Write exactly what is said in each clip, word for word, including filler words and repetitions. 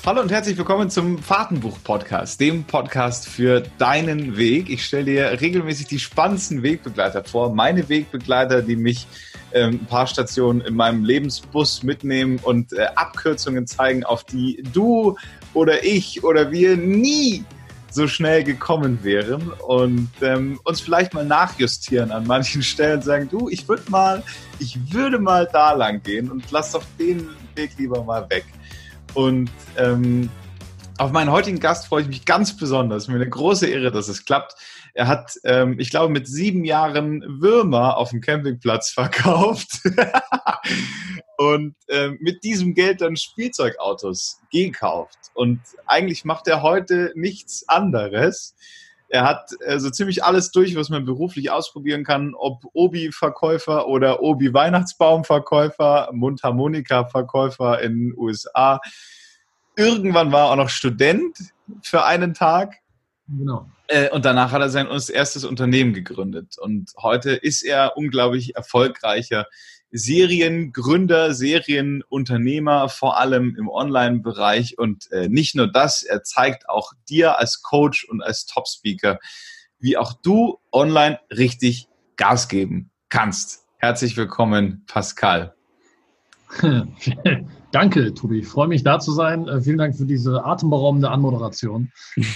Hallo und herzlich willkommen zum Fahrtenbuch-Podcast, dem Podcast für deinen Weg. Ich stelle dir regelmäßig die spannendsten Wegbegleiter vor, meine Wegbegleiter, die mich äh, ein paar Stationen in meinem Lebensbus mitnehmen und äh, Abkürzungen zeigen, auf die du oder ich oder wir nie so schnell gekommen wären und ähm, uns vielleicht mal nachjustieren an manchen Stellen und sagen, du, ich würde mal, ich würde mal da lang gehen und lass doch den Weg lieber mal weg. Und ähm, auf meinen heutigen Gast freue ich mich ganz besonders. Mir eine große Ehre, dass es klappt. Er hat, ähm, ich glaube, mit sieben Jahren Würmer auf dem Campingplatz verkauft und ähm, mit diesem Geld dann Spielzeugautos gekauft. Und eigentlich macht er heute nichts anderes. Er hat äh, so ziemlich alles durch, was man beruflich ausprobieren kann, ob Obi-Verkäufer oder Obi-Weihnachtsbaum-Verkäufer, Mundharmonika-Verkäufer in den U S A. Irgendwann war er auch noch Student für einen Tag. Genau. Äh, und danach hat er sein erstes Unternehmen gegründet. Und heute ist er unglaublich erfolgreicher Seriengründer, Serienunternehmer, vor allem im Online-Bereich. Und äh, nicht nur das, er zeigt auch dir als Coach und als Top-Speaker, wie auch du online richtig Gas geben kannst. Herzlich willkommen, Pascal. Danke, Tobi. Ich freue mich, da zu sein. Äh, vielen Dank für diese atemberaubende Anmoderation.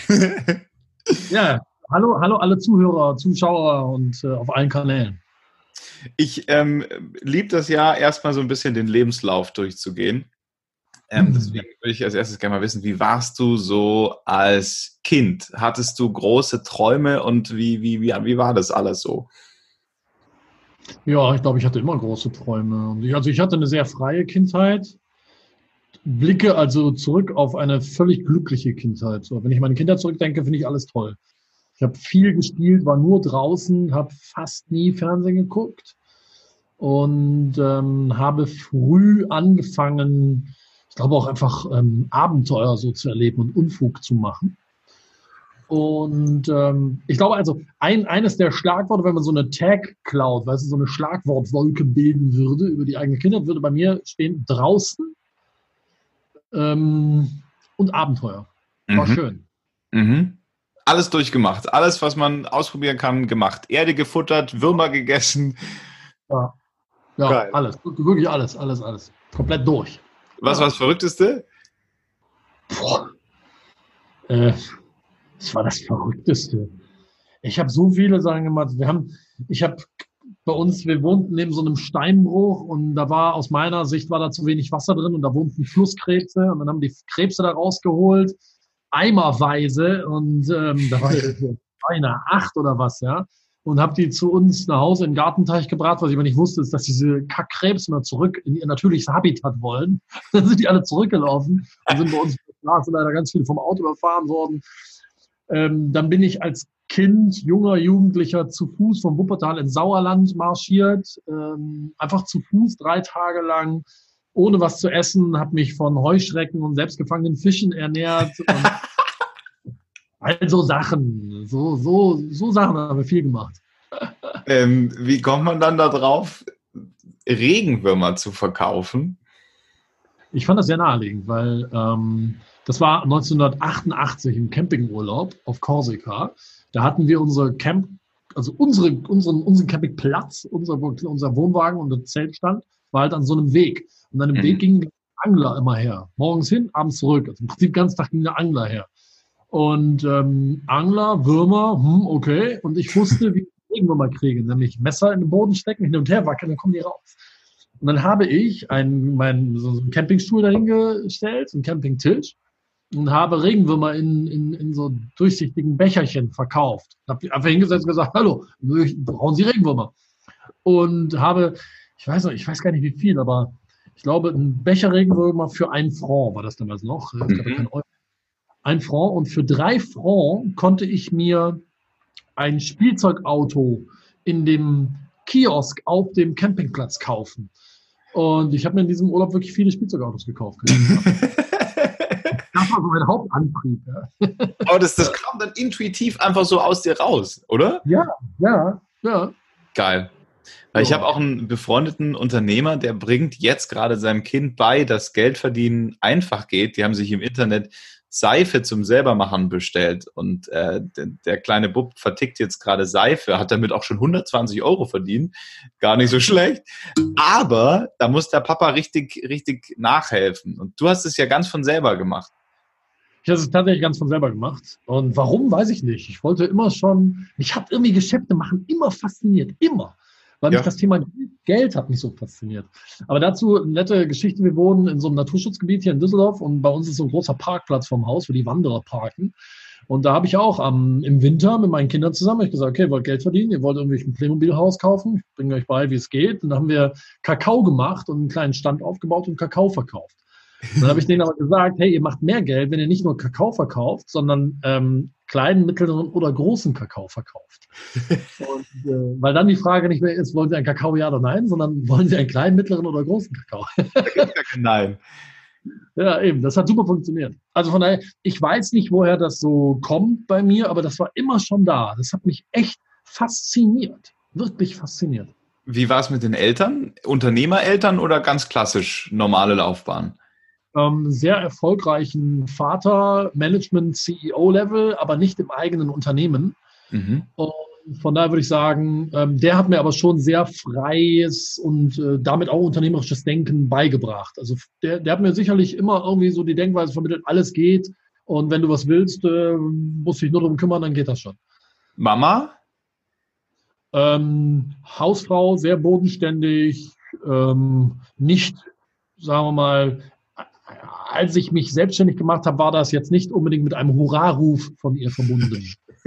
Ja, hallo, hallo alle Zuhörer, Zuschauer und äh, auf allen Kanälen. Ich ähm, liebe das ja, erstmal so ein bisschen den Lebenslauf durchzugehen. Ähm, deswegen würde ich als erstes gerne mal wissen, wie warst du so als Kind? Hattest du große Träume und wie, wie, wie, wie war das alles so? Ja, ich glaube, ich hatte immer große Träume. Und ich, also ich hatte eine sehr freie Kindheit, blicke also zurück auf eine völlig glückliche Kindheit. So, wenn ich meine Kindheit zurückdenke, finde ich alles toll. Ich habe viel gespielt, war nur draußen, habe fast nie Fernsehen geguckt und ähm, habe früh angefangen, ich glaube auch einfach ähm, Abenteuer so zu erleben und Unfug zu machen. Und ähm, ich glaube also, ein, eines der Schlagworte, wenn man so eine Tag-Cloud, weißt du, so eine Schlagwortwolke bilden würde über die eigene Kindheit, würde bei mir stehen draußen ähm, und Abenteuer. War Mhm. schön. Mhm. Alles durchgemacht. Alles, was man ausprobieren kann, gemacht. Erde gefuttert, Würmer gegessen. Ja, ja, Geil. alles. Wirklich alles, alles, alles. Komplett durch. Was Ja. war das Verrückteste? Boah. Äh, das war das Verrückteste. Ich habe so viele Sachen gemacht. Wir haben, ich habe bei uns, wir wohnten neben so einem Steinbruch und da war aus meiner Sicht war da zu wenig Wasser drin und da wohnten Flusskrebse und dann haben die Krebse da rausgeholt, eimerweise und ähm, da war ich einer acht oder was, ja. Und habe die zu uns nach Hause in den Gartenteich gebracht. Was ich aber nicht wusste, ist, dass diese Kackkrebse mal zurück in ihr natürliches Habitat wollen. Dann sind die alle zurückgelaufen und sind bei uns in der Straße leider ganz viele vom Auto überfahren worden. Ähm, dann bin ich als Kind, junger Jugendlicher zu Fuß vom Wuppertal ins Sauerland marschiert. Ähm, einfach zu Fuß drei Tage lang, ohne was zu essen, habe mich von Heuschrecken und selbstgefangenen Fischen ernährt. Und also Sachen, so, so, so Sachen haben wir viel gemacht. Ähm, wie kommt man dann da drauf, Regenwürmer zu verkaufen? Ich fand das sehr naheliegend, weil ähm, das war neunzehnhundertachtundachtzig im Campingurlaub auf Korsika. Da hatten wir unsere Camp, also unsere, unseren, unseren Campingplatz, unser, unser Wohnwagen und der Zeltstand war halt an so einem Weg. Und an dem Mhm. Weg gingen die Angler immer her. Morgens hin, abends zurück. Also im Prinzip den ganzen Tag ging der Angler her. Und ähm, Angler, Würmer, hm, okay. Und ich wusste, wie ich Regenwürmer kriege, nämlich Messer in den Boden stecken, hin und her wackeln, dann kommen die raus. Und dann habe ich einen, meinen, so einen Campingstuhl dahingestellt, so einen Campingtisch, und habe Regenwürmer in, in, in so durchsichtigen Becherchen verkauft. Habe einfach hingesetzt und gesagt, hallo, brauchen Sie Regenwürmer? Und habe, ich weiß noch, ich weiß gar nicht wie viel, aber ich glaube, ein Becher Regenwürmer für einen Franc war das damals noch. Es gab ja kein Euro. Ein Franc, und für drei Franc konnte ich mir ein Spielzeugauto in dem Kiosk auf dem Campingplatz kaufen. Und ich habe mir in diesem Urlaub wirklich viele Spielzeugautos gekauft. Das war so mein Hauptantrieb. Ja. Aber das, das kam dann intuitiv einfach so aus dir raus, oder? Ja, ja, ja. Geil. Weil ich habe auch einen befreundeten Unternehmer, der bringt jetzt gerade seinem Kind bei, dass Geldverdienen einfach geht. Die haben sich im Internet Seife zum Selbermachen bestellt und äh, der, der kleine Bub vertickt jetzt gerade Seife, hat damit auch schon hundertzwanzig Euro verdient. Gar nicht so schlecht. Aber da muss der Papa richtig, richtig nachhelfen. Und du hast es ja ganz von selber gemacht. Ich habe es tatsächlich ganz von selber gemacht. Und warum, weiß ich nicht. Ich wollte immer schon, mich hat irgendwie Geschäfte machen immer fasziniert. Immer. Weil mich ja. das Thema Geld hat mich so fasziniert. Aber dazu eine nette Geschichte. Wir wohnen in so einem Naturschutzgebiet hier in Düsseldorf und bei uns ist so ein großer Parkplatz vorm Haus, wo die Wanderer parken. Und da habe ich auch am, im Winter mit meinen Kindern zusammen ich gesagt, okay, ihr wollt Geld verdienen, ihr wollt irgendwie ein Playmobil-Haus kaufen, ich bringe euch bei, wie es geht. Und dann haben wir Kakao gemacht und einen kleinen Stand aufgebaut und Kakao verkauft. Und dann habe ich denen aber gesagt, hey, ihr macht mehr Geld, wenn ihr nicht nur Kakao verkauft, sondern ähm, kleinen, mittleren oder großen Kakao verkauft. Und, äh, weil dann die Frage nicht mehr ist, wollen Sie einen Kakao, ja oder nein, sondern wollen Sie einen kleinen, mittleren oder großen Kakao? Da gibt's ja kein Nein. Ja, eben, das hat super funktioniert. Also von daher, ich weiß nicht, woher das so kommt bei mir, aber das war immer schon da. Das hat mich echt fasziniert, wirklich fasziniert. Wie war es mit den Eltern? Unternehmereltern oder ganz klassisch normale Laufbahn? Ähm, sehr erfolgreichen Vater, Management-C E O-Level, aber nicht im eigenen Unternehmen. Mhm. Und von daher würde ich sagen, ähm, der hat mir aber schon sehr freies und äh, damit auch unternehmerisches Denken beigebracht. Also der, der hat mir sicherlich immer irgendwie so die Denkweise vermittelt, alles geht und wenn du was willst, äh, musst du dich nur darum kümmern, dann geht das schon. Mama? Ähm, Hausfrau, sehr bodenständig, ähm, nicht, sagen wir mal, als ich mich selbstständig gemacht habe, war das jetzt nicht unbedingt mit einem Hurraruf von ihr verbunden.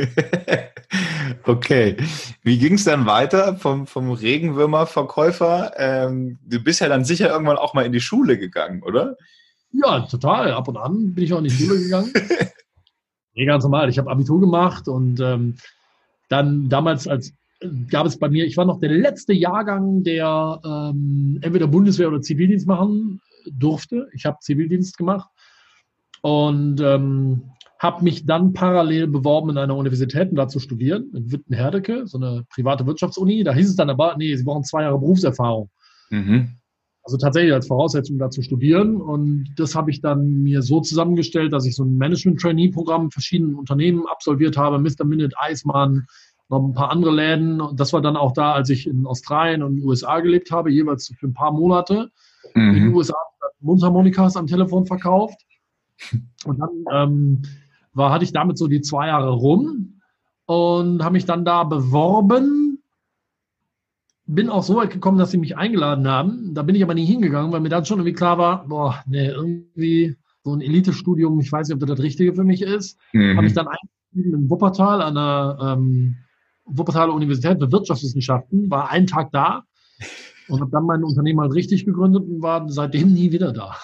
Okay. Wie ging es dann weiter vom, vom Regenwürmerverkäufer? Ähm, du bist ja dann sicher irgendwann auch mal in die Schule gegangen, oder? Ja, total. Ab und an bin ich auch in die Schule gegangen. Nee, ganz normal. Ich habe Abitur gemacht und ähm, dann damals als gab es bei mir, ich war noch der letzte Jahrgang, der ähm, entweder Bundeswehr oder Zivildienst machen durfte. Ich habe Zivildienst gemacht und ähm, habe mich dann parallel beworben in einer Universität, um da zu studieren, in Witten-Herdecke, so eine private Wirtschaftsuni. Da hieß es dann aber, nee, Sie brauchen zwei Jahre Berufserfahrung. Mhm. Also tatsächlich als Voraussetzung da zu studieren. Und das habe ich dann mir so zusammengestellt, dass ich so ein Management-Trainee-Programm in verschiedenen Unternehmen absolviert habe, Mister Minute, Eismann, noch ein paar andere Läden. Und das war dann auch da, als ich in Australien und in den U S A gelebt habe, jeweils für ein paar Monate. Mhm. In den U S A habe ich Mundharmonikas am Telefon verkauft. Und dann ähm, war, hatte ich damit so die zwei Jahre rum und habe mich dann da beworben. Bin auch so weit gekommen, dass sie mich eingeladen haben. Da bin ich aber nie hingegangen, weil mir dann schon irgendwie klar war, boah, nee, irgendwie so ein Elite-Studium, ich weiß nicht, ob das das Richtige für mich ist. Mhm. Habe ich dann eingeschrieben in Wuppertal an der ähm, Wuppertaler Universität für Wirtschaftswissenschaften, war einen Tag da und habe dann mein Unternehmen halt richtig gegründet und war seitdem nie wieder da.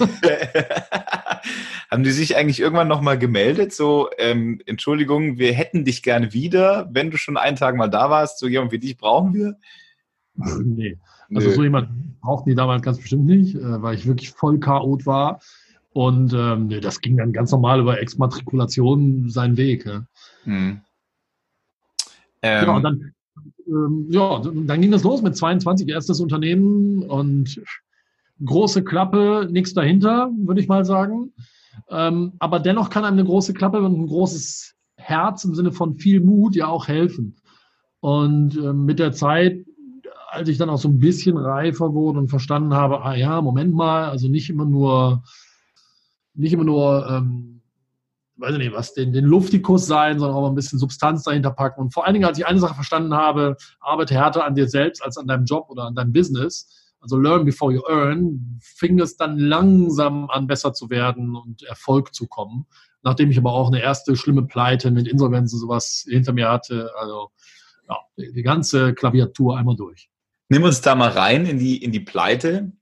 Haben die sich eigentlich irgendwann nochmal gemeldet? So, ähm, Entschuldigung, wir hätten dich gerne wieder, wenn du schon einen Tag mal da warst. So jemand wie dich brauchen wir? Nee. Also Nö. So jemand brauchten die damals ganz bestimmt nicht, äh, weil ich wirklich voll Chaot war. Und ähm, nee, das ging dann ganz normal über Exmatrikulation seinen Weg. Ja, hm. ähm. ja und dann, ähm, ja, dann ging das los mit zweiundzwanzig, erstes Unternehmen und große Klappe, nichts dahinter, würde ich mal sagen. Ähm, aber dennoch kann einem eine große Klappe und ein großes Herz im Sinne von viel Mut ja auch helfen. Und äh, mit der Zeit, als ich dann auch so ein bisschen reifer wurde und verstanden habe, ah ja, Moment mal, also nicht immer nur, nicht immer nur, ähm, weiß ich nicht, was, den, den Luftikus sein, sondern auch mal ein bisschen Substanz dahinter packen. Und vor allen Dingen, als ich eine Sache verstanden habe, arbeite härter an dir selbst als an deinem Job oder an deinem Business. Also learn before you earn, fing es dann langsam an, besser zu werden und Erfolg zu kommen. Nachdem ich aber auch eine erste schlimme Pleite mit Insolvenz und sowas hinter mir hatte. Also ja, die, die ganze Klaviatur einmal durch. Nimm uns da mal rein in die, in die Pleite.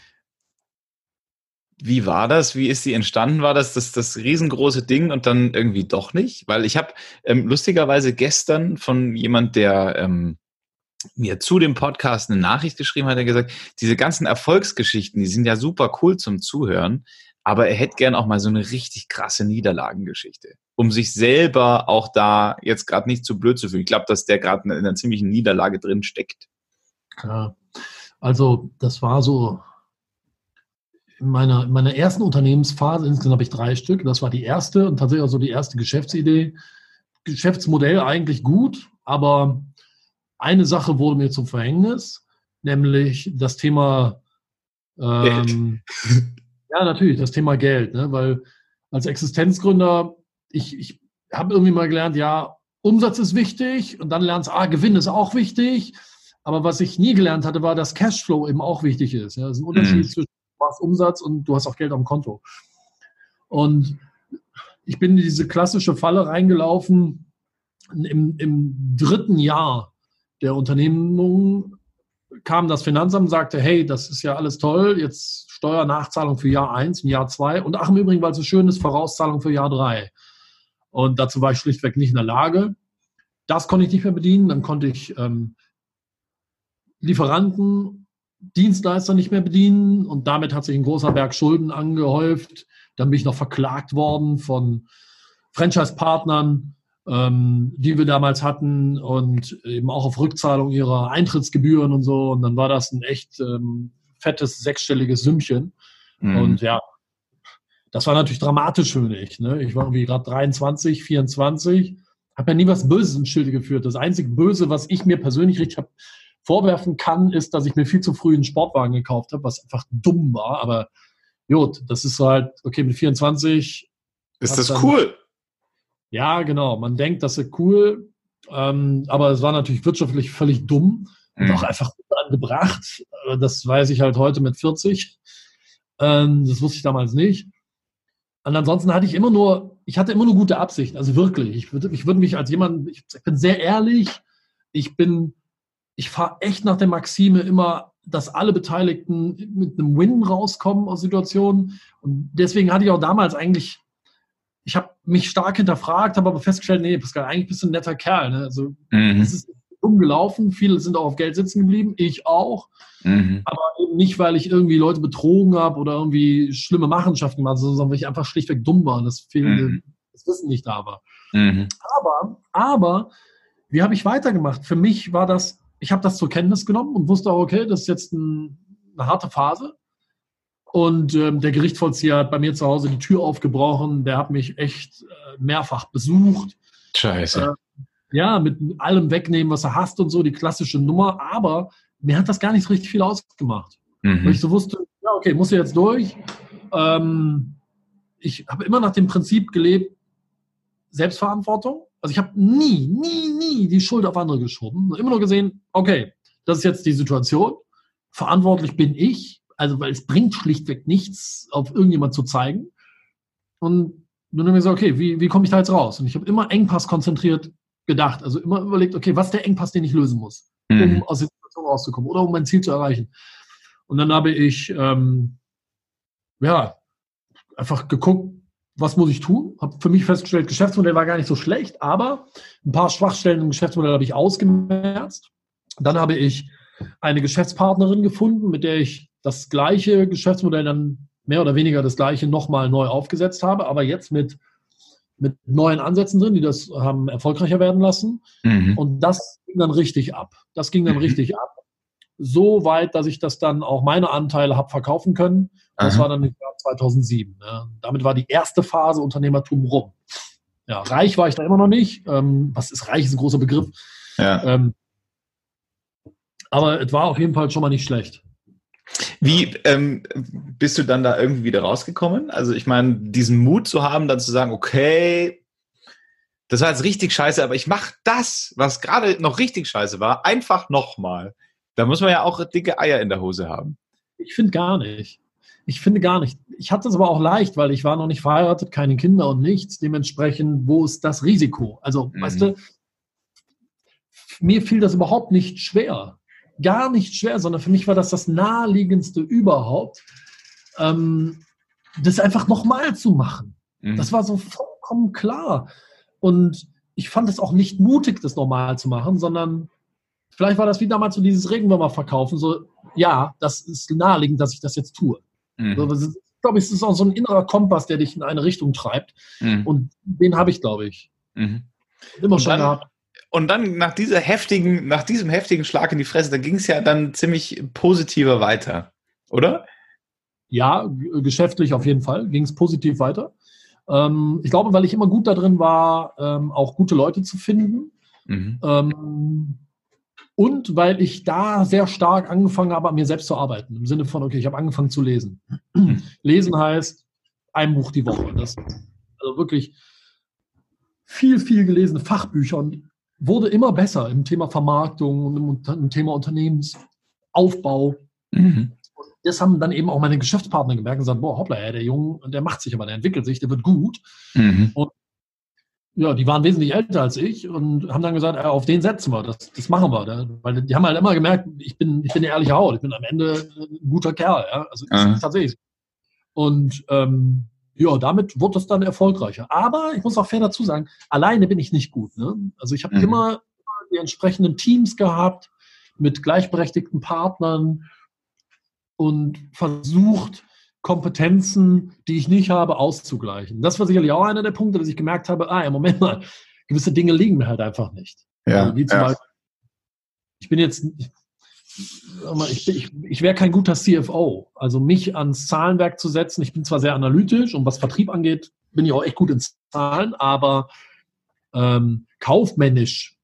Wie war das? Wie ist sie entstanden? War das das, das riesengroße Ding und dann irgendwie doch nicht? Weil ich habe ähm, lustigerweise gestern von jemand, der ähm, mir zu dem Podcast eine Nachricht geschrieben hat, er gesagt, diese ganzen Erfolgsgeschichten, die sind ja super cool zum Zuhören, aber er hätte gern auch mal so eine richtig krasse Niederlagengeschichte, um sich selber auch da jetzt gerade nicht zu blöd zu fühlen. Ich glaube, dass der gerade in einer ziemlichen Niederlage drin steckt. Klar. Also das war so in meiner, in meiner ersten Unternehmensphase, insgesamt habe ich drei Stück, das war die erste und tatsächlich auch so die erste Geschäftsidee. Geschäftsmodell eigentlich gut, aber eine Sache wurde mir zum Verhängnis, nämlich das Thema, ähm, ja natürlich, das Thema Geld, ne? Weil als Existenzgründer, ich, ich habe irgendwie mal gelernt, ja, Umsatz ist wichtig und dann lernst du, ah, Gewinn ist auch wichtig. Aber was ich nie gelernt hatte, war, dass Cashflow eben auch wichtig ist. Ja, das ist ein Unterschied mhm. zwischen du machst Umsatz und du hast auch Geld am Konto. Und ich bin in diese klassische Falle reingelaufen. Im, im dritten Jahr der Unternehmung kam das Finanzamt und sagte, hey, das ist ja alles toll, jetzt Steuernachzahlung für Jahr eins und Jahr zwei und ach, im Übrigen, weil es so schön ist, Vorauszahlung für Jahr drei. Und dazu war ich schlichtweg nicht in der Lage. Das konnte ich nicht mehr bedienen. Dann konnte ich ähm, Lieferanten, Dienstleister nicht mehr bedienen und damit hat sich ein großer Berg Schulden angehäuft. Dann bin ich noch verklagt worden von Franchise-Partnern, ähm, die wir damals hatten und eben auch auf Rückzahlung ihrer Eintrittsgebühren und so. Und dann war das ein echt ähm, fettes, sechsstelliges Sümmchen. Mhm. Und ja, das war natürlich dramatisch für mich. Ne? Ich war irgendwie gerade dreiundzwanzig, vierundzwanzig, habe ja nie was Böses ins Schilde geführt. Das einzige Böse, was ich mir persönlich richtig hab, vorwerfen kann, ist, dass ich mir viel zu früh einen Sportwagen gekauft habe, was einfach dumm war. Aber gut, das ist halt, okay, mit vierundzwanzig. Ist das dann, cool? Ja, genau. Man denkt, das ist cool. Ähm, aber es war natürlich wirtschaftlich völlig dumm und mhm. auch einfach angebracht. Das weiß ich halt heute mit vierzig. Ähm, das wusste ich damals nicht. Und ansonsten hatte ich immer nur, ich hatte immer nur gute Absichten, also wirklich. Ich würde, ich würde mich als jemand, ich bin sehr ehrlich, ich bin, ich fahre echt nach der Maxime immer, dass alle Beteiligten mit einem Win rauskommen aus Situationen. Und deswegen hatte ich auch damals eigentlich, ich habe mich stark hinterfragt, habe aber festgestellt, nee, Pascal, eigentlich bist du ein netter Kerl. Ne? Also mhm. es ist dumm gelaufen, viele sind auch auf Geld sitzen geblieben, ich auch. Mhm. Aber eben nicht, weil ich irgendwie Leute betrogen habe oder irgendwie schlimme Machenschaften gemacht habe, sondern weil ich einfach schlichtweg dumm war und das fehlende mhm. das Wissen nicht da war. Mhm. Aber, aber, wie habe ich weitergemacht? Für mich war das, ich habe das zur Kenntnis genommen und wusste auch, okay, das ist jetzt ein, eine harte Phase. Und ähm, der Gerichtsvollzieher hat bei mir zu Hause die Tür aufgebrochen, der hat mich echt äh, mehrfach besucht. Scheiße. Äh, ja, mit allem wegnehmen, was er hasst und so, die klassische Nummer, aber mir hat das gar nicht so richtig viel ausgemacht. Mhm. Weil ich so wusste, ja, okay, muss ja jetzt durch. Ähm, ich habe immer nach dem Prinzip gelebt, Selbstverantwortung. Also ich habe nie, nie, nie die Schuld auf andere geschoben. Immer nur gesehen, okay, das ist jetzt die Situation. Verantwortlich bin ich, also weil es bringt schlichtweg nichts, auf irgendjemand zu zeigen. Und dann habe ich gesagt, okay, wie, wie komme ich da jetzt raus? Und ich habe immer Engpass konzentriert gedacht. Also immer überlegt, okay, was ist der Engpass, den ich lösen muss, um mhm. aus der Situation rauszukommen oder um mein Ziel zu erreichen. Und dann habe ich ähm, ja einfach geguckt, was muss ich tun? Habe für mich festgestellt, Geschäftsmodell war gar nicht so schlecht, aber ein paar Schwachstellen im Geschäftsmodell habe ich ausgemerzt. Dann habe ich eine Geschäftspartnerin gefunden, mit der ich das gleiche Geschäftsmodell dann mehr oder weniger das gleiche nochmal neu aufgesetzt habe, aber jetzt mit, mit neuen Ansätzen drin, die das haben erfolgreicher werden lassen. Mhm. Und das ging dann richtig ab. Das ging dann mhm. richtig ab. So weit, dass ich das dann auch meine Anteile habe verkaufen können. Das Aha. war dann im Jahr zweitausendsieben. Ja. Damit war die erste Phase Unternehmertum rum. Ja, reich war ich da immer noch nicht. Ähm, was ist reich, ist ein großer Begriff. Ja. Ähm, aber es war auf jeden Fall schon mal nicht schlecht. Wie ähm, bist du dann da irgendwie wieder rausgekommen? Also ich meine, diesen Mut zu haben, dann zu sagen, okay, das war jetzt richtig scheiße, aber ich mache das, was gerade noch richtig scheiße war, einfach nochmal. Da muss man ja auch dicke Eier in der Hose haben. Ich finde gar nicht. Ich finde gar nicht. Ich hatte es aber auch leicht, weil ich war noch nicht verheiratet, keine Kinder und nichts. Dementsprechend, wo ist das Risiko? Also, mhm. weißt du, mir fiel das überhaupt nicht schwer. Gar nicht schwer, sondern für mich war das das Naheliegendste überhaupt, ähm, das einfach nochmal zu machen. Mhm. Das war so vollkommen klar. Und ich fand es auch nicht mutig, das nochmal zu machen, sondern vielleicht war das wie damals so dieses Regenwürmer verkaufen, so, ja, das ist naheliegend, dass ich das jetzt tue. Mhm. So, das ist, ich glaube, es ist auch so ein innerer Kompass, der dich in eine Richtung treibt. Mhm. Und den habe ich, glaube ich. Mhm. Immer schon gehabt. Und dann nach dieser heftigen, nach diesem heftigen Schlag in die Fresse, da ging es ja dann ziemlich positiver weiter, oder? Ja, geschäftlich auf jeden Fall ging es positiv weiter. Ähm, ich glaube, weil ich immer gut da drin war, ähm, auch gute Leute zu finden. Mhm. Ähm, und weil ich da sehr stark angefangen habe, an mir selbst zu arbeiten. Im Sinne von, okay, ich habe angefangen zu lesen. Mhm. Lesen heißt ein Buch die Woche. Das also wirklich viel, viel gelesene Fachbücher und wurde immer besser im Thema Vermarktung und im, im Thema Unternehmensaufbau. Mhm. Und das haben dann eben auch meine Geschäftspartner gemerkt und gesagt, boah, hoppla, ey, der Junge, der macht sich aber, der entwickelt sich, der wird gut. Mhm. Und ja, die waren wesentlich älter als ich und haben dann gesagt, auf den setzen wir, das, das machen wir. Weil die haben halt immer gemerkt, ich bin, ich bin eine ehrliche Haut, ich bin am Ende ein guter Kerl. Ja? Also mhm. tatsächlich. Und ähm, ja, damit wurde es dann erfolgreicher. Aber ich muss auch fair dazu sagen, alleine bin ich nicht gut. Ne? Also ich habe mhm. immer die entsprechenden Teams gehabt mit gleichberechtigten Partnern und versucht, Kompetenzen, die ich nicht habe, auszugleichen. Das war sicherlich auch einer der Punkte, dass ich gemerkt habe, ah, im Moment mal, gewisse Dinge liegen mir halt einfach nicht. Ja, also wie zum ja. Beispiel, ich bin jetzt, ich, ich, ich, ich wäre kein guter C F O. Also mich ans Zahlenwerk zu setzen, ich bin zwar sehr analytisch und was Vertrieb angeht, bin ich auch echt gut in Zahlen, aber ähm, kaufmännisch,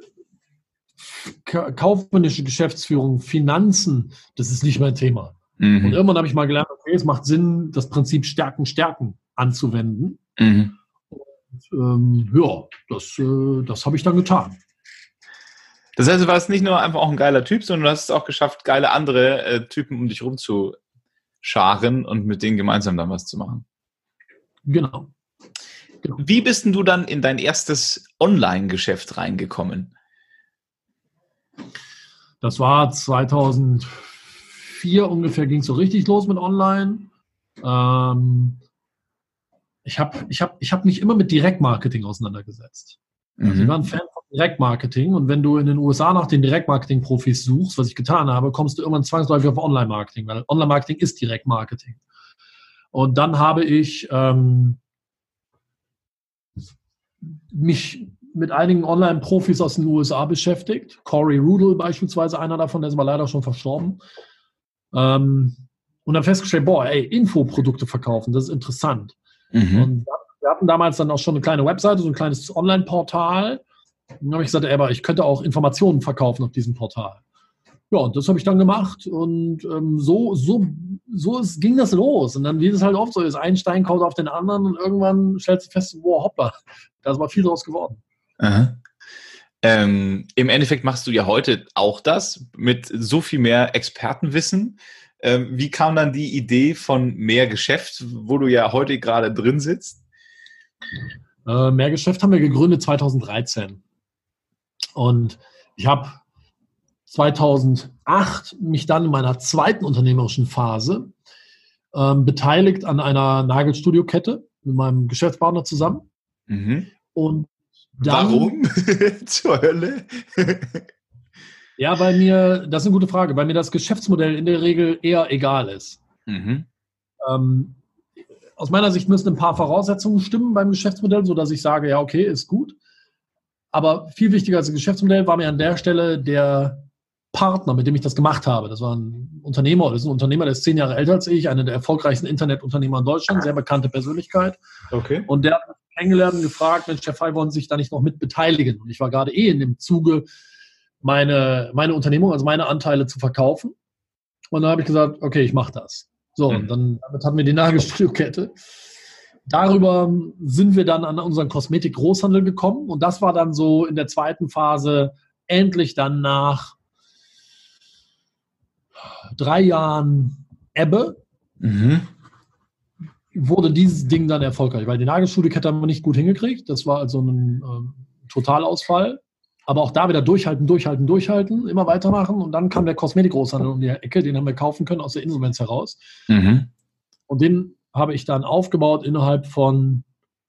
ka- kaufmännische Geschäftsführung, Finanzen, das ist nicht mein Thema. Mhm. Und irgendwann habe ich mal gelernt, okay, es macht Sinn, das Prinzip Stärken, Stärken anzuwenden. Mhm. Und, ähm, ja, das, äh, das habe ich dann getan. Das heißt, du warst nicht nur einfach auch ein geiler Typ, sondern du hast es auch geschafft, geile andere äh, Typen um dich rumzuscharen und mit denen gemeinsam dann was zu machen. Genau. genau. Wie bist denn du dann in dein erstes Online-Geschäft reingekommen? Das war zweitausendvier ungefähr, ging es so richtig los mit Online. Ähm, ich habe ich hab, ich hab mich immer mit Direktmarketing auseinandergesetzt. Also mhm. Ich war ein Fan von Direktmarketing und wenn du in den U S A nach den Direktmarketing-Profis suchst, was ich getan habe, kommst du irgendwann zwangsläufig auf Online-Marketing, weil Online-Marketing ist Direktmarketing. Und dann habe ich ähm, mich mit einigen Online-Profis aus den U S A beschäftigt. Corey Rudel beispielsweise, einer davon, der ist aber leider schon verstorben. Ähm, und dann festgestellt, boah, ey, Infoprodukte verkaufen, das ist interessant. Mhm. Und wir hatten damals dann auch schon eine kleine Webseite, so ein kleines Online-Portal. Und dann habe ich gesagt, ey, aber ich könnte auch Informationen verkaufen auf diesem Portal. Ja, und das habe ich dann gemacht. Und ähm, so, so, so ist, ging das los. Und dann, wie das halt oft so ist, ein Stein kaut auf den anderen und irgendwann stellst du fest, boah, hoppla, da ist mal viel draus geworden. Aha. Ähm, im Endeffekt machst du ja heute auch das mit so viel mehr Expertenwissen. Ähm, wie kam dann die Idee von mehr Geschäft, wo du ja heute gerade drin sitzt? Äh, mehr Geschäft haben wir gegründet zweitausenddreizehn. Und ich habe zweitausendacht mich dann in meiner zweiten unternehmerischen Phase ähm, beteiligt an einer Nagelstudio-Kette mit meinem Geschäftspartner zusammen. Mhm. Und dann, warum? Zur Hölle? Ja, weil mir, das ist eine gute Frage, weil mir das Geschäftsmodell in der Regel eher egal ist. Mhm. Ähm, aus meiner Sicht müssen ein paar Voraussetzungen stimmen beim Geschäftsmodell, sodass ich sage, ja, okay, ist gut. Aber viel wichtiger als das Geschäftsmodell war mir an der Stelle der Partner, mit dem ich das gemacht habe. Das war ein Unternehmer, das ist ein Unternehmer, der ist zehn Jahre älter als ich, einer der erfolgreichsten Internetunternehmer in Deutschland, sehr bekannte Persönlichkeit. Okay. Und der hat mich kennengelernt und gefragt, Mensch, Herr Frey, wollen Sie sich da nicht noch mit beteiligen? Und ich war gerade eh in dem Zuge, meine, meine Unternehmung, also meine Anteile zu verkaufen. Und dann habe ich gesagt, okay, ich mache das. So, mhm. und dann damit hatten wir die Nagelstudio-Kette. Darüber sind wir dann an unseren Kosmetik-Großhandel gekommen. Und das war dann so in der zweiten Phase endlich dann nach drei Jahren Ebbe mhm. wurde dieses Ding dann erfolgreich, weil die Nagelstudio-Kette haben wir nicht gut hingekriegt. Das war also ein ähm, Totalausfall. Aber auch da wieder durchhalten, durchhalten, durchhalten, immer weitermachen. Und dann kam der Kosmetik-Großhandel um die Ecke, den haben wir kaufen können aus der Insolvenz heraus. Mhm. Und den habe ich dann aufgebaut innerhalb von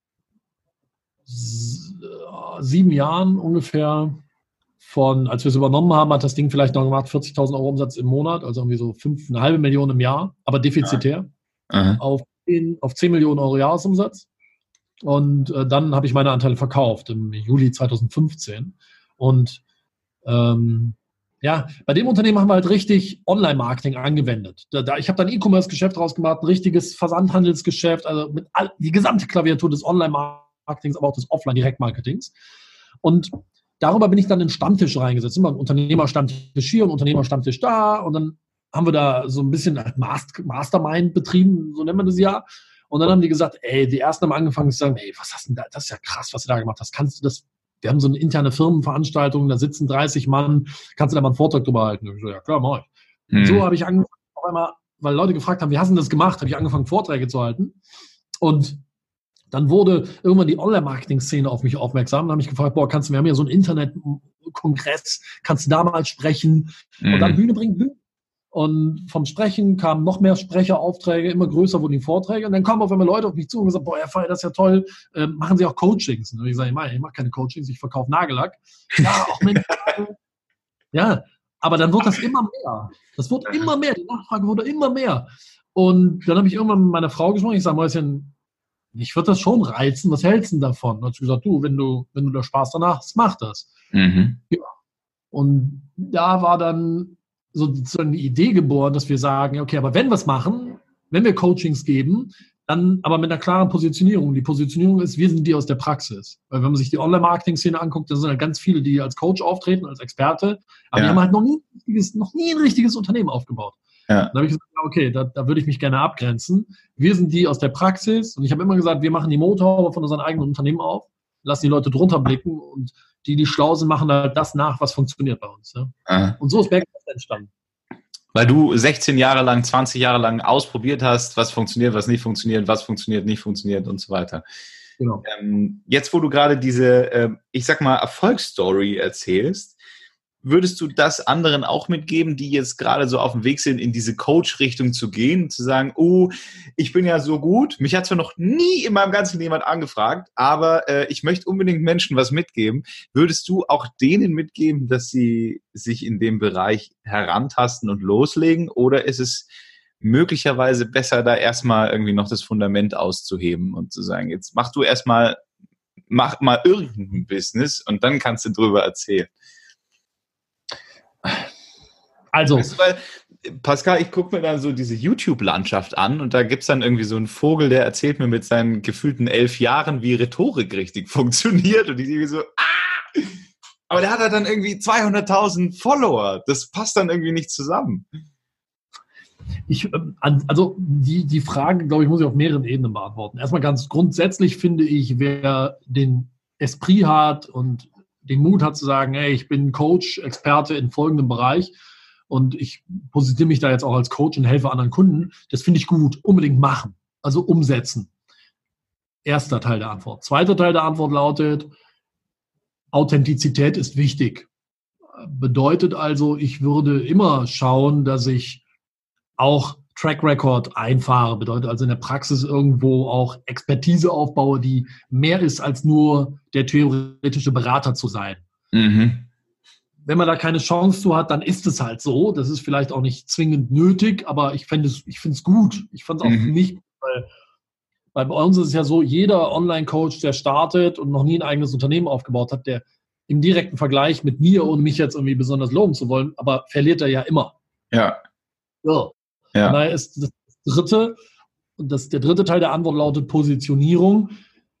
sieben Jahren ungefähr. Von, als wir es übernommen haben, hat das Ding vielleicht noch gemacht vierzigtausend Euro Umsatz im Monat, also irgendwie so fünf, eine halbe Million im Jahr, aber defizitär, ja. auf, zehn, auf zehn Millionen Euro Jahresumsatz. Und äh, dann habe ich meine Anteile verkauft im Juli zweitausendfünfzehn. Und ähm, ja, bei dem Unternehmen haben wir halt richtig Online-Marketing angewendet. Da, da, ich habe dann ein E-Commerce-Geschäft draus gemacht, ein richtiges Versandhandelsgeschäft, also mit all, die gesamte Klaviatur des Online-Marketings, aber auch des Offline-Direktmarketings. Und darüber bin ich dann in Stammtisch reingesetzt. Immer ein Unternehmerstammtisch hier und Unternehmerstammtisch da. Und dann haben wir da so ein bisschen Mastermind betrieben, so nennt man das ja. Und dann haben die gesagt, ey, die Ersten haben angefangen zu sagen, ey, was hast du denn da, das ist ja krass, was du da gemacht hast. Kannst du das, wir haben so eine interne Firmenveranstaltung, da sitzen dreißig Mann, kannst du da mal einen Vortrag drüber halten? Und ich so, ja klar, mach ich. Mhm. Und so habe ich angefangen, auf einmal, weil Leute gefragt haben, wie hast du das gemacht, habe ich angefangen, Vorträge zu halten. Und dann wurde irgendwann die Online-Marketing-Szene auf mich aufmerksam. Dann habe ich gefragt, boah, kannst du, wir haben ja so einen Internet-Kongress, kannst du da mal sprechen? Mhm. Und dann Bühne bringt Bühne. Und vom Sprechen kamen noch mehr Sprecheraufträge, immer größer wurden die Vorträge. Und dann kamen auf einmal Leute auf mich zu und gesagt, boah, Herr Fey, das ist ja toll, äh, machen Sie auch Coachings? Und ich sage, ich mache, ich mache keine Coachings, ich verkaufe Nagellack. Ja, auch Mensch. Ja, aber dann wird das immer mehr. Das wird immer mehr, die Nachfrage wurde immer mehr. Und dann habe ich irgendwann mit meiner Frau gesprochen, ich sage, Mäuschen, ich würde das schon reizen, was hältst du denn davon? Und dann hat sie gesagt, du, wenn du, wenn du da Spaß danach hast, mach das. Mhm. Ja. Und da war dann sozusagen die Idee geboren, dass wir sagen, okay, aber wenn wir es machen, wenn wir Coachings geben, dann aber mit einer klaren Positionierung. Die Positionierung ist, wir sind die aus der Praxis. Weil wenn man sich die Online-Marketing-Szene anguckt, dann sind halt ganz viele, die als Coach auftreten, als Experte, aber ja. die haben halt noch nie, ein richtiges, noch nie ein richtiges Unternehmen aufgebaut. Ja. Dann habe ich gesagt, okay, da, da würde ich mich gerne abgrenzen. Wir sind die aus der Praxis und ich habe immer gesagt, wir machen die Motorhaube von unseren eigenen Unternehmen auf, lassen die Leute drunter blicken und die, die schlau sind, machen halt das nach, was funktioniert bei uns. Ja? Und so ist Backcast entstanden. Weil du sechzehn Jahre lang, zwanzig Jahre lang ausprobiert hast, was funktioniert, was nicht funktioniert, was funktioniert, nicht funktioniert und so weiter. Genau. Ähm, jetzt, wo du gerade diese, äh, ich sag mal, Erfolgsstory erzählst, würdest du das anderen auch mitgeben, die jetzt gerade so auf dem Weg sind, in diese Coach-Richtung zu gehen, zu sagen, oh, ich bin ja so gut, mich hat zwar noch nie in meinem ganzen Leben jemand angefragt, aber äh, ich möchte unbedingt Menschen was mitgeben. Würdest du auch denen mitgeben, dass sie sich in dem Bereich herantasten und loslegen, oder ist es möglicherweise besser, da erstmal irgendwie noch das Fundament auszuheben und zu sagen, jetzt mach du erstmal, mach mal irgendein Business und dann kannst du drüber erzählen? Also, weißt du, weil, Pascal, ich gucke mir dann so diese YouTube-Landschaft an und da gibt es dann irgendwie so einen Vogel, der erzählt mir mit seinen gefühlten elf Jahren, wie Rhetorik richtig funktioniert und ich denke so, ah! Aber der hat halt dann irgendwie zweihunderttausend Follower. Das passt dann irgendwie nicht zusammen. Ich, also die, die Frage, glaube ich, muss ich auf mehreren Ebenen beantworten. Erstmal ganz grundsätzlich finde ich, wer den Esprit hat und den Mut hat zu sagen, hey, ich bin Coach, Experte in folgendem Bereich und ich positioniere mich da jetzt auch als Coach und helfe anderen Kunden, das finde ich gut, unbedingt machen, also umsetzen. Erster Teil der Antwort. Zweiter Teil der Antwort lautet, Authentizität ist wichtig. Bedeutet also, ich würde immer schauen, dass ich auch Track Record einfahre, bedeutet also in der Praxis irgendwo auch Expertise aufbaue, die mehr ist als nur der theoretische Berater zu sein. Mhm. Wenn man da keine Chance zu hat, dann ist es halt so. Das ist vielleicht auch nicht zwingend nötig, aber ich finde es, ich finde es gut. Ich fand es auch mhm. für mich, weil, weil bei uns ist es ja so, jeder Online-Coach, der startet und noch nie ein eigenes Unternehmen aufgebaut hat, der im direkten Vergleich mit mir, ohne mich jetzt irgendwie besonders loben zu wollen, aber verliert er ja immer. Ja. So. Ja. Von daher ist das dritte, und das, der dritte Teil der Antwort lautet Positionierung.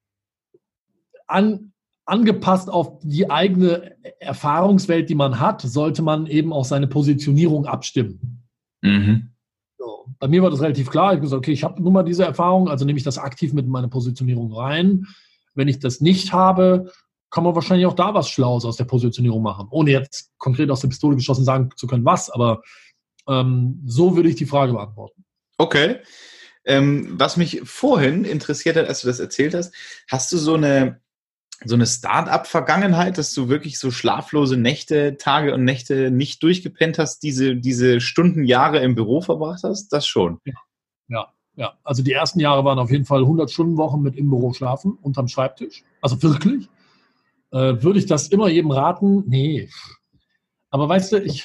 An, angepasst auf die eigene Erfahrungswelt, die man hat, sollte man eben auch seine Positionierung abstimmen. Mhm. So. Bei mir war das relativ klar. Ich habe gesagt, okay, ich habe nun mal diese Erfahrung, also nehme ich das aktiv mit in meine Positionierung rein. Wenn ich das nicht habe, kann man wahrscheinlich auch da was Schlaues aus der Positionierung machen, ohne jetzt konkret aus der Pistole geschossen sagen zu können, was, aber Ähm, so würde ich die Frage beantworten. Okay. Ähm, was mich vorhin interessiert hat, als du das erzählt hast, hast du so eine, so eine Start-up-Vergangenheit, dass du wirklich so schlaflose Nächte, Tage und Nächte nicht durchgepennt hast, diese, diese Stunden, Jahre im Büro verbracht hast? Das schon? Ja, ja, ja. Also die ersten Jahre waren auf jeden Fall hundert-Stunden-Wochen mit im Büro schlafen, unterm Schreibtisch. Also wirklich. Äh, würde ich das immer jedem raten? Nee. Aber weißt du, ich...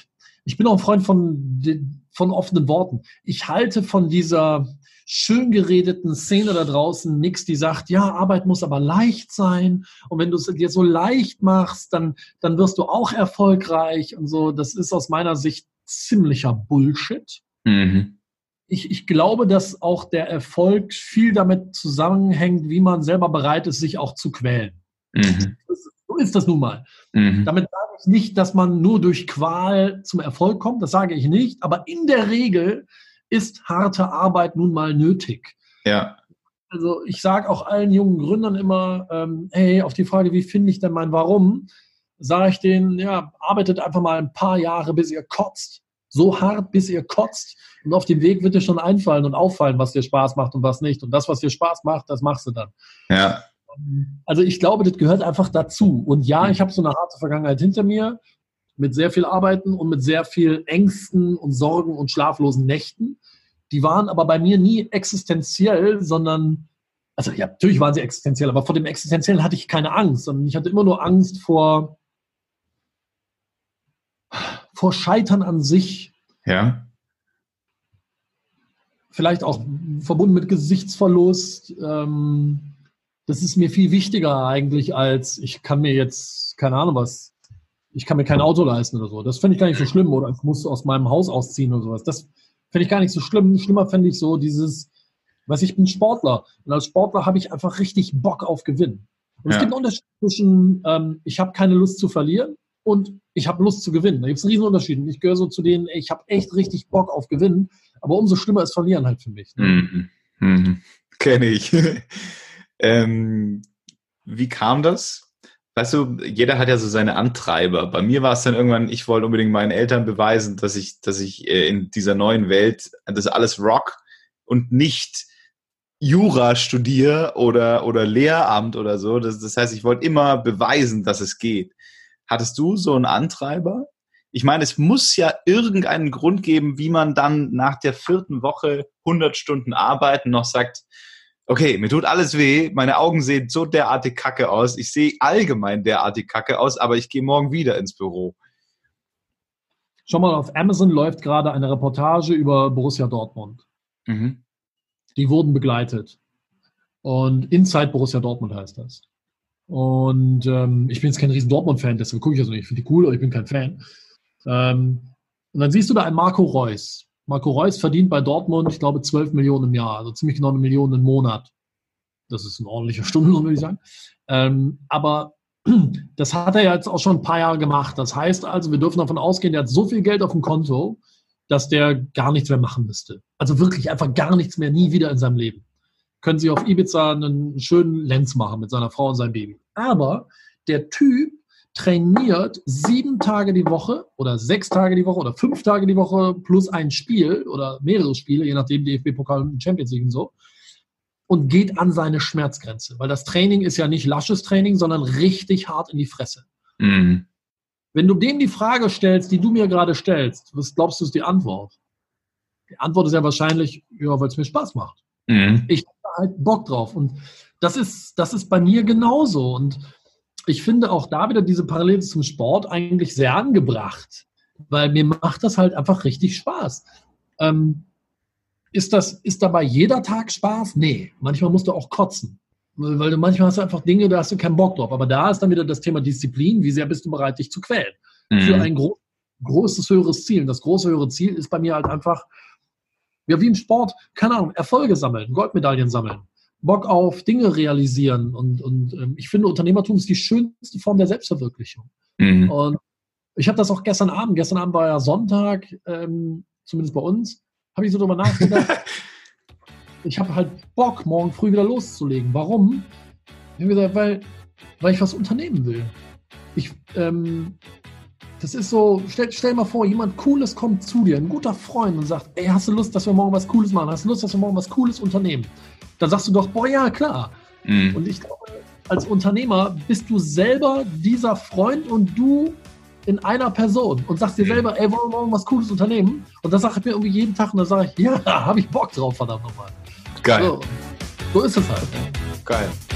ich bin auch ein Freund von, von offenen Worten. Ich halte von dieser schön geredeten Szene da draußen nichts, die sagt, ja, Arbeit muss aber leicht sein. Und wenn du es dir so leicht machst, dann, dann wirst du auch erfolgreich und so. Das ist aus meiner Sicht ziemlicher Bullshit. Mhm. Ich, ich glaube, dass auch der Erfolg viel damit zusammenhängt, wie man selber bereit ist, sich auch zu quälen. Mhm. Das, so ist das nun mal. Mhm. Damit sage ich nicht, dass man nur durch Qual zum Erfolg kommt. Das sage ich nicht. Aber in der Regel ist harte Arbeit nun mal nötig. Ja. Also ich sage auch allen jungen Gründern immer, ähm, hey, auf die Frage, wie finde ich denn mein Warum, sage ich denen, ja, arbeitet einfach mal ein paar Jahre, bis ihr kotzt. So hart, bis ihr kotzt. Und auf dem Weg wird dir schon einfallen und auffallen, was dir Spaß macht und was nicht. Und das, was dir Spaß macht, das machst du dann. Ja. Also ich glaube, das gehört einfach dazu. Und ja, ich habe so eine harte Vergangenheit hinter mir, mit sehr viel Arbeiten und mit sehr viel Ängsten und Sorgen und schlaflosen Nächten. Die waren aber bei mir nie existenziell, sondern, also ja, natürlich waren sie existenziell, aber vor dem Existenziellen hatte ich keine Angst, sondern ich hatte immer nur Angst vor, vor Scheitern an sich. Ja. Vielleicht auch verbunden mit Gesichtsverlust. Ähm, das ist mir viel wichtiger eigentlich, als ich kann mir jetzt, keine Ahnung was, ich kann mir kein Auto leisten oder so. Das fände ich gar nicht so schlimm. Oder ich muss aus meinem Haus ausziehen oder sowas. Das fände ich gar nicht so schlimm. Schlimmer fände ich so dieses, was ich bin Sportler. Und als Sportler habe ich einfach richtig Bock auf Gewinn. Und ja. Es gibt einen Unterschied zwischen, ähm, ich habe keine Lust zu verlieren und ich habe Lust zu gewinnen. Da gibt es einen riesen Unterschied. Ich gehöre so zu denen, ich habe echt richtig Bock auf Gewinnen. Aber umso schlimmer ist Verlieren halt für mich. Ne? Mhm. Mhm. Kenne ich. ähm, wie kam das? Weißt du, jeder hat ja so seine Antreiber. Bei mir war es dann irgendwann, ich wollte unbedingt meinen Eltern beweisen, dass ich, dass ich in dieser neuen Welt das alles rock und nicht Jura studiere oder, oder Lehramt oder so. Das, das heißt, ich wollte immer beweisen, dass es geht. Hattest du so einen Antreiber? Ich meine, es muss ja irgendeinen Grund geben, wie man dann nach der vierten Woche hundert Stunden arbeiten noch sagt, okay, mir tut alles weh, meine Augen sehen so derartig kacke aus, ich sehe allgemein derartig kacke aus, aber ich gehe morgen wieder ins Büro. Schau mal, auf Amazon läuft gerade eine Reportage über Borussia Dortmund. Mhm. Die wurden begleitet. Und Inside Borussia Dortmund heißt das. Und ähm, ich bin jetzt kein riesen Dortmund-Fan, deshalb gucke ich das nicht. Ich finde die cool, aber ich bin kein Fan. Ähm, und dann siehst du da einen Marco Reus. Marco Reus verdient bei Dortmund, ich glaube, zwölf Millionen im Jahr, also ziemlich genau eine Million im Monat. Das ist ein ordentlicher Stundenlohn, würde ich sagen. Ähm, aber das hat er ja jetzt auch schon ein paar Jahre gemacht. Das heißt also, wir dürfen davon ausgehen, der hat so viel Geld auf dem Konto, dass der gar nichts mehr machen müsste. Also wirklich einfach gar nichts mehr, nie wieder in seinem Leben. Können Sie auf Ibiza einen schönen Lenz machen mit seiner Frau und seinem Baby. Aber der Typ trainiert sieben Tage die Woche oder sechs Tage die Woche oder fünf Tage die Woche plus ein Spiel oder mehrere Spiele, je nachdem D F B-Pokal und Champions League und so, und geht an seine Schmerzgrenze. Weil das Training ist ja nicht lasches Training, sondern richtig hart in die Fresse. Mhm. Wenn du dem die Frage stellst, die du mir gerade stellst, was glaubst du ist die Antwort? Die Antwort ist ja wahrscheinlich, ja, weil es mir Spaß macht. Mhm. Ich habe halt Bock drauf. Und das ist, das ist bei mir genauso. Und ich finde auch da wieder diese Parallele zum Sport eigentlich sehr angebracht, weil mir macht das halt einfach richtig Spaß. Ähm, ist das, ist dabei jeder Tag Spaß? Nee, manchmal musst du auch kotzen, weil du manchmal hast du einfach Dinge, da hast du keinen Bock drauf. Aber da ist dann wieder das Thema Disziplin. Wie sehr bist du bereit, dich zu quälen? Mhm. Für ein gro- großes, höheres Ziel. Und das große, höhere Ziel ist bei mir halt einfach, ja, wie im Sport, keine Ahnung, Erfolge sammeln, Goldmedaillen sammeln. Bock auf Dinge realisieren. Und, und ähm, ich finde, Unternehmertum ist die schönste Form der Selbstverwirklichung. Mhm. Und ich habe das auch gestern Abend, gestern Abend war ja Sonntag, ähm, zumindest bei uns, habe ich so drüber nachgedacht. Ich habe halt Bock, morgen früh wieder loszulegen. Warum? Ich habe gesagt, weil, weil ich was unternehmen will. Ich, ähm, das ist so, stell, stell mal vor, jemand Cooles kommt zu dir, ein guter Freund und sagt, ey, hast du Lust, dass wir morgen was Cooles machen? Hast du Lust, dass wir morgen was Cooles unternehmen? Dann sagst du doch, boah, ja, klar. Mhm. Und ich glaube, als Unternehmer bist du selber dieser Freund und du in einer Person und sagst dir selber, ey, wollen wir morgen was Cooles unternehmen? Und das sage ich mir irgendwie jeden Tag und dann sage ich, ja, habe ich Bock drauf, verdammt nochmal. Geil. So, so ist es halt. Geil.